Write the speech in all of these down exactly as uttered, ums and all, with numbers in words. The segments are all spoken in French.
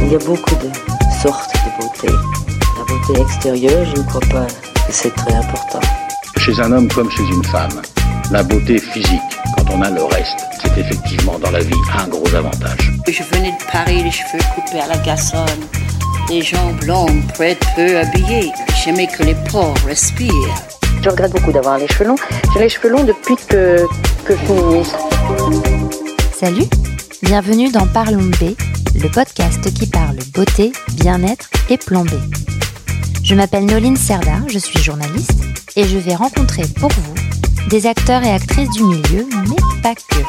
Il y a beaucoup de sortes de beauté. La beauté extérieure, je ne crois pas que c'est très important. Chez un homme comme chez une femme, la beauté physique, quand on a le reste, c'est effectivement dans la vie un gros avantage. Je venais de Paris, les cheveux coupés à la garçonne, les jambes longues, prêtes, peu habillées. J'aimais que les pores respirent. Je regrette beaucoup d'avoir les cheveux longs. J'ai les cheveux longs depuis que, que je suis ministre. Salut, bienvenue dans Parlons B, le podcast qui parle beauté, bien-être et plan B. Je m'appelle Noline Serda, je suis journaliste et je vais rencontrer pour vous des acteurs et actrices du milieu, mais pas que.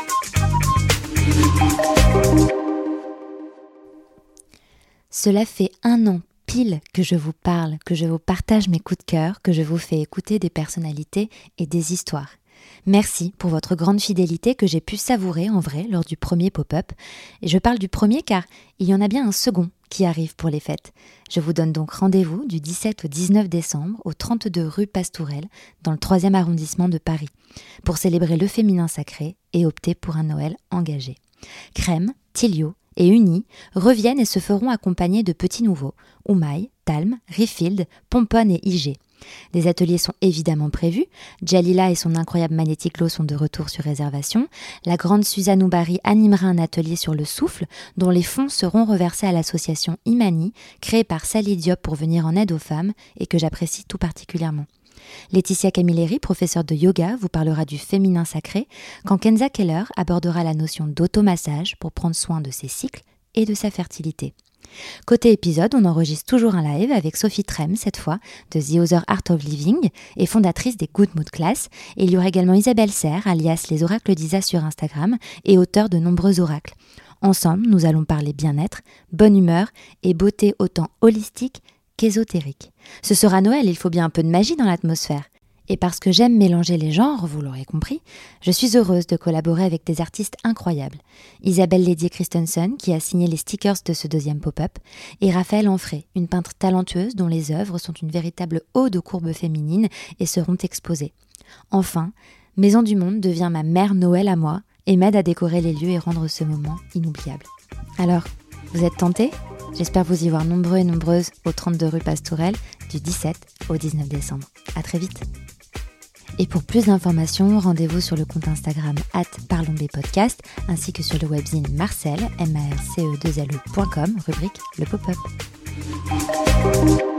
Cela fait un an pile que je vous parle, que je vous partage mes coups de cœur, que je vous fais écouter des personnalités et des histoires. Merci pour votre grande fidélité que j'ai pu savourer en vrai lors du premier pop-up. Et je parle du premier car il y en a bien un second qui arrive pour les fêtes. Je vous donne donc rendez-vous du dix-sept au dix-neuf décembre au trente-deux rue Pastourelle dans le troisième arrondissement de Paris pour célébrer le féminin sacré et opter pour un Noël engagé. Crème, Tilio et Uni reviennent et se feront accompagner de petits nouveaux, Oumaï, Talm, Refield, Pomponne et I G. Des ateliers sont évidemment prévus. Jalila et son incroyable Magnetic Glow sont de retour sur réservation. La grande Suzanne Oubari animera un atelier sur le souffle dont les fonds seront reversés à l'association Imani, créée par Sally Diop pour venir en aide aux femmes et que j'apprécie tout particulièrement. Laetitia Camilleri, professeure de yoga, vous parlera du féminin sacré, quand Kenza Keller abordera la notion d'automassage pour prendre soin de ses cycles et de sa fertilité. Côté épisode, on enregistre toujours un live avec Sophie Trem, cette fois, de The Other Art of Living et fondatrice des Good Mood Class. Et il y aura également Isabelle Serre, alias Les Oracles d'Isa sur Instagram et auteure de nombreux oracles. Ensemble, nous allons parler bien-être, bonne humeur et beauté autant holistique qu'ésotérique. Ce sera Noël, il faut bien un peu de magie dans l'atmosphère. Et parce que j'aime mélanger les genres, vous l'aurez compris, je suis heureuse de collaborer avec des artistes incroyables. Isabelle Lédier Christensen, qui a signé les stickers de ce deuxième pop-up, et Raphaël Anfray, une peintre talentueuse dont les œuvres sont une véritable ode aux courbes féminines et seront exposées. Enfin, Maison du Monde devient ma mère Noël à moi et m'aide à décorer les lieux et rendre ce moment inoubliable. Alors, vous êtes tentés ? J'espère vous y voir nombreux et nombreuses au trente-deux rue Pastourelle du dix-sept au dix-neuf décembre. À très vite. Et pour plus d'informations, rendez-vous sur le compte Instagram arobase parlons b podcast ainsi que sur le webzine Marcel, M A R C E deux L E point com, rubrique Le Pop-up.